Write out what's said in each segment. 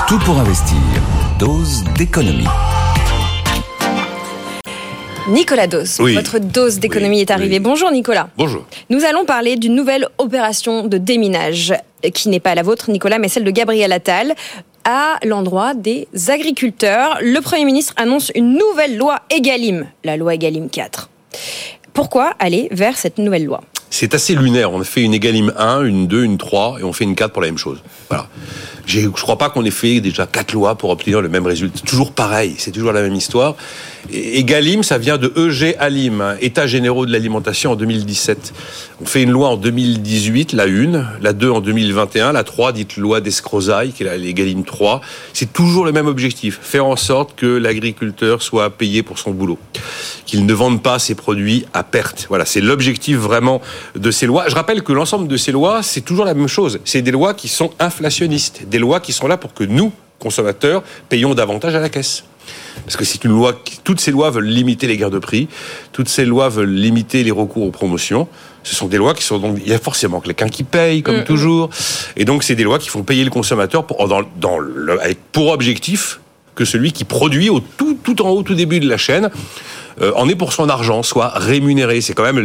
Tout pour investir. Dose d'économie. Nicolas Dose, votre dose d'économie est arrivée. Bonjour Nicolas. Bonjour. Nous allons parler d'une nouvelle opération de déminage, qui n'est pas la vôtre Nicolas, mais celle de Gabriel Attal, à l'endroit des agriculteurs. Le Premier ministre annonce une nouvelle loi Egalim, la loi Egalim 4. Pourquoi aller vers cette nouvelle loi ? C'est assez lunaire. On a fait une Egalim 1, une 2, une 3 et on fait une 4 pour la même chose. Voilà. Je ne crois pas qu'on ait fait déjà 4 lois pour obtenir le même résultat. C'est toujours pareil, c'est toujours la même histoire. Egalim, ça vient de E.G. Alim, États généraux de l'alimentation en 2017. On fait une loi en 2018, la 1, la 2 en 2021, la 3 dite loi d'Escrozaille, qui est l'Egalim 3. C'est toujours le même objectif, faire en sorte que l'agriculteur soit payé pour son boulot, qu'il ne vende pas ses produits à perte. Voilà, c'est l'objectif vraiment de ces lois. Je rappelle que l'ensemble de ces lois, c'est toujours la même chose. C'est des lois qui sont inflationnistes, des lois qui sont là pour que nous, consommateurs, payons davantage à la caisse. Parce que c'est une loi, toutes ces lois veulent limiter les guerres de prix, toutes ces lois veulent limiter les recours aux promotions. Ce sont des lois qui sont donc, il y a forcément quelqu'un qui paye, comme toujours. Et donc, c'est des lois qui font payer le consommateur avec pour objectif que celui qui produit tout en haut, tout début de la chaîne, en est pour son argent, soit rémunéré. C'est quand même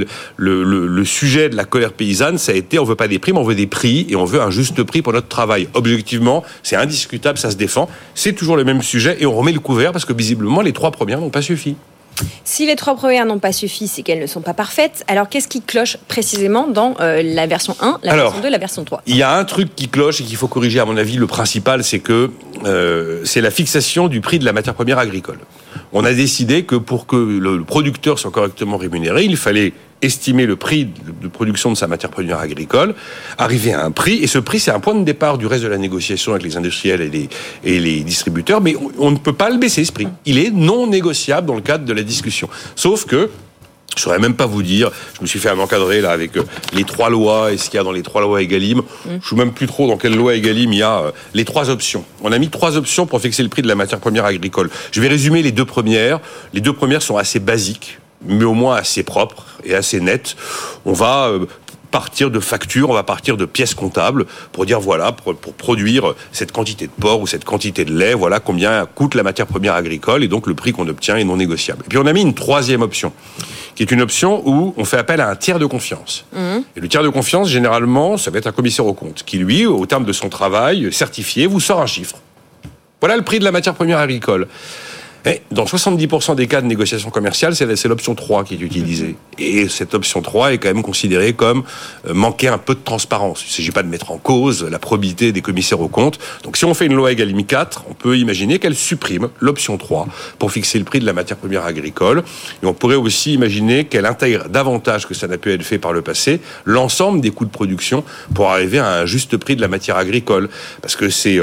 le sujet de la colère paysanne, ça a été, on veut pas des primes, on veut des prix, et on veut un juste prix pour notre travail. Objectivement, c'est indiscutable, ça se défend. C'est toujours le même sujet, et on remet le couvert, parce que visiblement, les 3 premières n'ont pas suffi. Si les 3 premières n'ont pas suffi, c'est qu'elles ne sont pas parfaites. Alors, qu'est-ce qui cloche précisément dans la version 1, version 2, la version 3 ? Il y a un truc qui cloche et qu'il faut corriger, à mon avis. Le principal, c'est que c'est la fixation du prix de la matière première agricole. On a décidé que pour que le producteur soit correctement rémunéré, il fallait estimer le prix de production de sa matière première agricole, arriver à un prix, et ce prix, c'est un point de départ du reste de la négociation avec les industriels et les distributeurs, mais on ne peut pas le baisser, ce prix. Il est non négociable dans le cadre de la discussion. Sauf que, je ne saurais même pas vous dire, je me suis fait encadrer là avec les 3 lois et ce qu'il y a dans les 3 lois Egalim. Je ne sais même plus trop dans quelle loi Egalim il y a les 3 options. On a mis 3 options pour fixer le prix de la matière première agricole. Je vais résumer les 2 premières. Les 2 premières sont assez basiques, mais au moins assez propres et assez nettes. On va partir de factures, on va partir de pièces comptables pour dire voilà, pour produire cette quantité de porc ou cette quantité de lait, voilà combien coûte la matière première agricole, et donc le prix qu'on obtient est non négociable. Et puis on a mis une 3e option, qui est une option où on fait appel à un tiers de confiance. Et le tiers de confiance, généralement, ça va être un commissaire aux comptes, qui lui, au terme de son travail certifié, vous sort un chiffre. Voilà le prix de la matière première agricole. Et dans 70% des cas de négociation commerciale, c'est l'option 3 qui est utilisée. Et cette option 3 est quand même considérée comme manquer un peu de transparence. Il ne s'agit pas de mettre en cause la probité des commissaires aux comptes. Donc si on fait une loi Egalim 4, on peut imaginer qu'elle supprime l'option 3 pour fixer le prix de la matière première agricole. Et on pourrait aussi imaginer qu'elle intègre davantage que ça n'a pu être fait par le passé, l'ensemble des coûts de production pour arriver à un juste prix de la matière agricole. Parce que c'est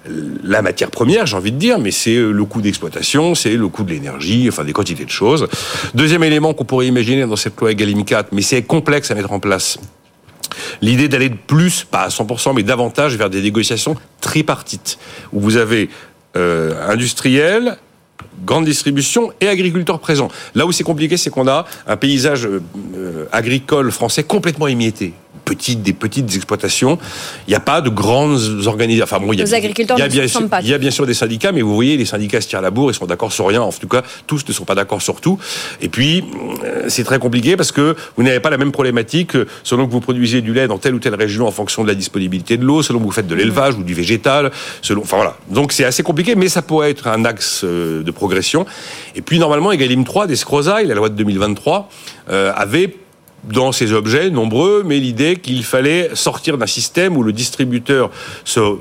la matière première, j'ai envie de dire, mais c'est le coût d'exploitation, c'est le coût de l'énergie, enfin des quantités de choses. Deuxième élément qu'on pourrait imaginer dans cette loi Egalim 4, mais c'est complexe à mettre en place, l'idée d'aller de plus, pas à 100%, mais davantage vers des négociations tripartites, où vous avez industriels, grande distribution et agriculteurs présents. Là où c'est compliqué, c'est qu'on a un paysage agricole français complètement émietté. Des petites exploitations. Il n'y a pas de grandes organisations. Enfin, bon, les agriculteurs ne se sentent pas. Il y a bien sûr des syndicats, mais vous voyez, les syndicats se tirent la bourre, ils sont d'accord sur rien. En tout cas, tous ne sont pas d'accord sur tout. Et puis, c'est très compliqué parce que vous n'avez pas la même problématique selon que vous produisez du lait dans telle ou telle région en fonction de la disponibilité de l'eau, selon que vous faites de l'élevage ou du végétal. Enfin voilà. Donc c'est assez compliqué, mais ça pourrait être un axe de progression. Et puis, normalement, Egalim 3 d'Escrozaille, la loi de 2023, avait dans ces objets nombreux, mais l'idée qu'il fallait sortir d'un système où le distributeur se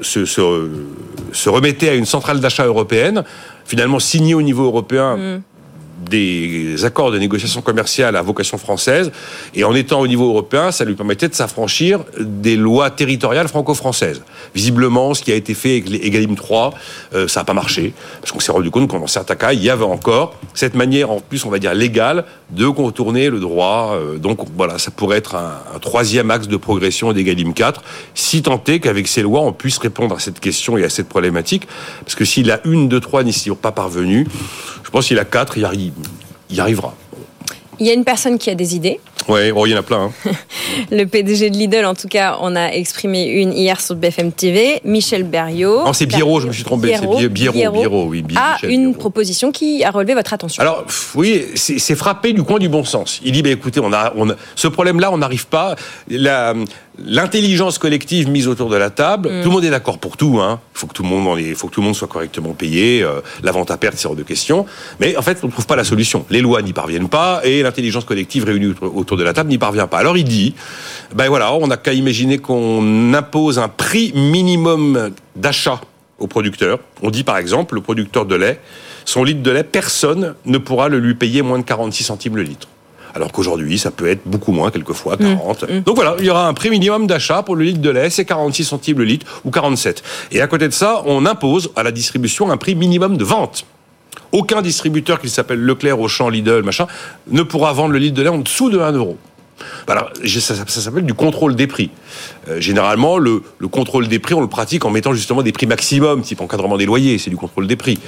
remettait à une centrale d'achat européenne, finalement signé au niveau européen des accords de négociation commerciale à vocation française, et en étant au niveau européen, ça lui permettait de s'affranchir des lois territoriales franco-françaises. Visiblement, ce qui a été fait avec les Egalim 3, ça n'a pas marché, parce qu'on s'est rendu compte que dans certains cas, il y avait encore cette manière, en plus, on va dire légale, de contourner le droit. Donc voilà, ça pourrait être un troisième axe de progression d'Egalim 4, si tant est qu'avec ces lois, on puisse répondre à cette question et à cette problématique, parce que si la 1, 2, 3 n'y sont pas parvenus, je pense qu'il a 4, il y arrivera. Il y a une personne qui a des idées. Ouais, il y en a plein. Le PDG de Lidl, en tout cas, on a exprimé une hier sur BFM TV. Michel Berriot. Non, c'est Biérot, je me suis trompé. C'est Biérot, oui. A Michel une Biérot. Proposition qui a relevé votre attention. Alors, oui, c'est frappé du coin du bon sens. Il dit, écoutez, ce problème-là, on n'arrive pas. L'intelligence collective mise autour de la table, tout le monde est d'accord pour tout. Il faut que tout le monde soit correctement payé. La vente à perte, c'est hors de question. Mais en fait, on ne trouve pas la solution. Les lois n'y parviennent pas et l'intelligence collective réunie autour de la table n'y parvient pas. Alors il dit, on n'a qu'à imaginer qu'on impose un prix minimum d'achat aux producteurs. On dit par exemple, le producteur de lait, son litre de lait, personne ne pourra le lui payer moins de 46 centimes le litre. Alors qu'aujourd'hui, ça peut être beaucoup moins, quelquefois 40. Donc voilà, il y aura un prix minimum d'achat pour le litre de lait, c'est 46 centimes le litre ou 47. Et à côté de ça, on impose à la distribution un prix minimum de vente. Aucun distributeur, qu'il s'appelle Leclerc, Auchan, Lidl, ne pourra vendre le litre de lait en dessous de 1 euro. Alors, ça s'appelle du contrôle des prix. Généralement, le contrôle des prix, on le pratique en mettant justement des prix maximum, type encadrement des loyers, c'est du contrôle des prix.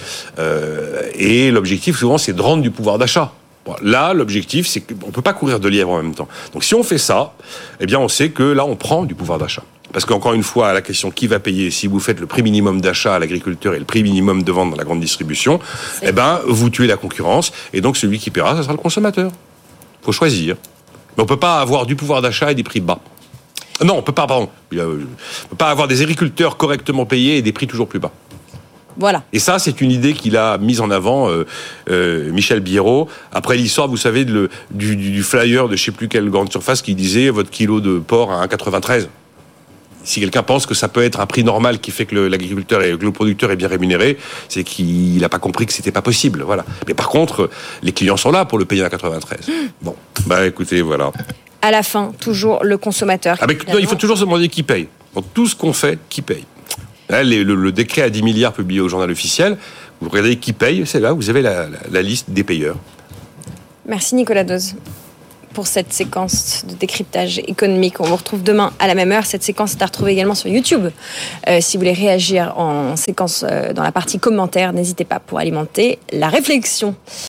Et l'objectif, souvent, c'est de rendre du pouvoir d'achat. Bon, là, l'objectif, c'est qu'on ne peut pas courir de lièvre en même temps. Donc, si on fait ça, on sait que là, on prend du pouvoir d'achat. Parce qu'encore une fois, à la question qui va payer, si vous faites le prix minimum d'achat à l'agriculteur et le prix minimum de vente dans la grande distribution, vous tuez la concurrence. Et donc, celui qui paiera, ça sera le consommateur. Il faut choisir. Mais on ne peut pas avoir du pouvoir d'achat et des prix bas. Non, on peut pas avoir des agriculteurs correctement payés et des prix toujours plus bas. Voilà. Et ça, c'est une idée qu'il a mise en avant Michel Biérot, après l'histoire, vous savez, du flyer de je ne sais plus quelle grande surface qui disait votre kilo de porc à 1,93. Si quelqu'un pense que ça peut être un prix normal qui fait que l'agriculteur et que le producteur est bien rémunéré, c'est qu'il n'a pas compris que c'était pas possible. Voilà. Mais par contre, les clients sont là pour le payer à 93. Bon, écoutez, voilà. À la fin, toujours le consommateur. Non, il faut toujours se demander qui paye. Dans tout ce qu'on fait, qui paye. Là, le décret à 10 milliards publié au journal officiel, vous regardez qui paye, c'est là, vous avez la liste des payeurs. Merci Nicolas Dauz pour cette séquence de décryptage économique. On vous retrouve demain à la même heure. Cette séquence est à retrouver également sur YouTube. Si vous voulez réagir en séquence dans la partie commentaires, n'hésitez pas pour alimenter la réflexion.